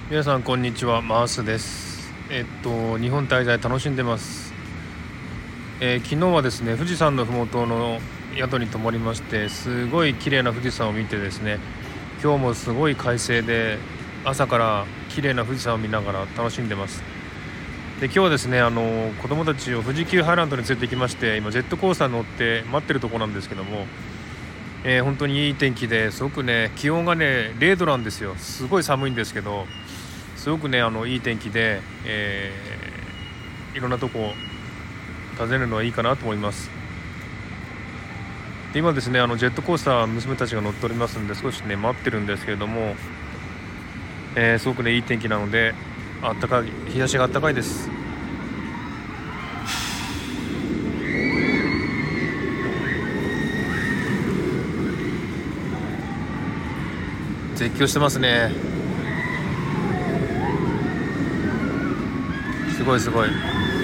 皆さんこんにちは、マースです。日本滞在楽しんでます。昨日はですね、富士山のふもとの宿に泊まりまして、すごい綺麗な富士山を見てですね、今日もすごい快晴で朝から綺麗な富士山を見ながら楽しんでます。で、今日はですね、子供たちを富士急ハイランドに連れて行きまして、今ジェットコースターに乗って待ってるところなんですけども、本当にいい天気ですごくね、気温がね0度なんですよ。すごい寒いんですけど、すごくねいい天気で、いろんなとこ訪ねるのはいいかなと思います。で、今ですねジェットコースター娘たちが乗っておりますんで、少しね待ってるんですけれども、すごくねいい天気なので、あったかい、日差しがあったかいです。絶叫してますね。すごいすごい。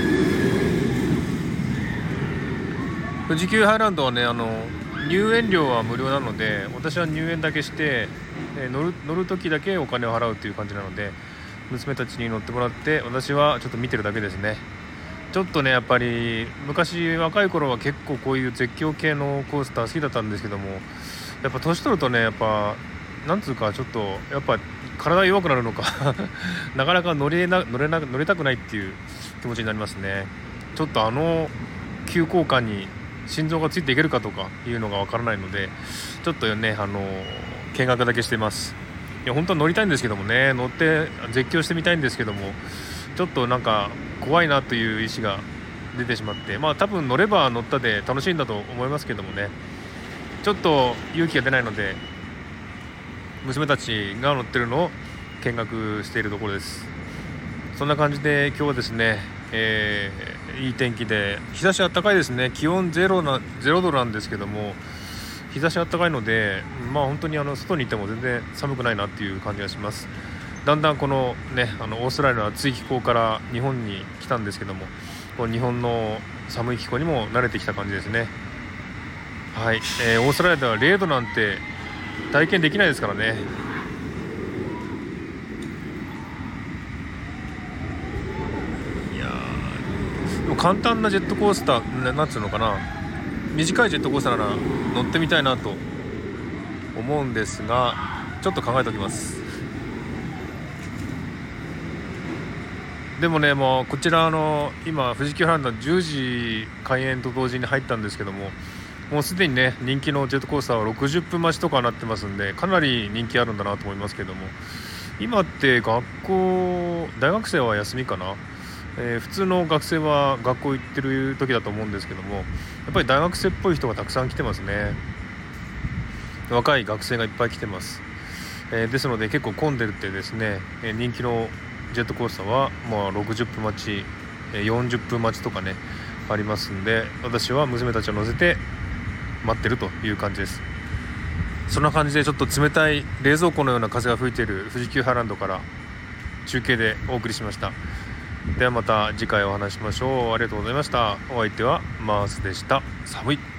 富士急ハイランドはね入園料は無料なので、私は入園だけして、乗る時だけお金を払うという感じなので、娘たちに乗ってもらって、私はちょっと見てるだけですね。ちょっとねやっぱり昔若い頃は結構こういう絶叫系のコースター好きだったんですけども、やっぱ年取るとね、やっぱなんつうか、ちょっとやっぱ体弱くなるのかなかなか乗りたくないっていう気持ちになりますね。ちょっと急降下に心臓がついていけるかとかいうのがわからないので、ちょっとね見学だけしてます。いや本当は乗りたいんですけどもね、乗って絶叫してみたいんですけども、ちょっとなんか怖いなという意思が出てしまって、まあ多分乗れば乗ったで楽しいんだと思いますけどもね、ちょっと勇気が出ないので、娘たちが乗ってるのを見学しているところです。そんな感じで今日はですね、いい天気で日差し暖かいですね。気温ゼロ度なんですけども、日差し暖かいので、まあ本当に外にいても全然寒くないなっていう感じがします。だんだんこのねオーストラリアの暑い気候から日本に来たんですけども、こう日本の寒い気候にも慣れてきた感じですね。はい、オーストラリアでは0度なんて体験できないですからね。いやでも簡単なジェットコースター、なんつうのかな、短いジェットコースターなら乗ってみたいなと思うんですが、ちょっと考えておきます。でもね、もうこちら今富士急ハイランド10時開園と同時に入ったんですけども、もうすでにね人気のジェットコースターは60分待ちとかなってますんで、かなり人気あるんだなと思いますけども、今って大学生は休みかな、普通の学生は学校行ってる時だと思うんですけども、やっぱり大学生っぽい人がたくさん来てますね。若い学生がいっぱい来てます。ですので結構混んでるってですね、人気のジェットコースターはまあ60分待ち、40分待ちとかねありますんで、私は娘たちを乗せて待ってるという感じです。そんな感じでちょっと冷たい冷蔵庫のような風が吹いている富士急ハイランドから中継でお送りしました。ではまた次回お話ししましょう。ありがとうございました。お相手はマースでした。寒い。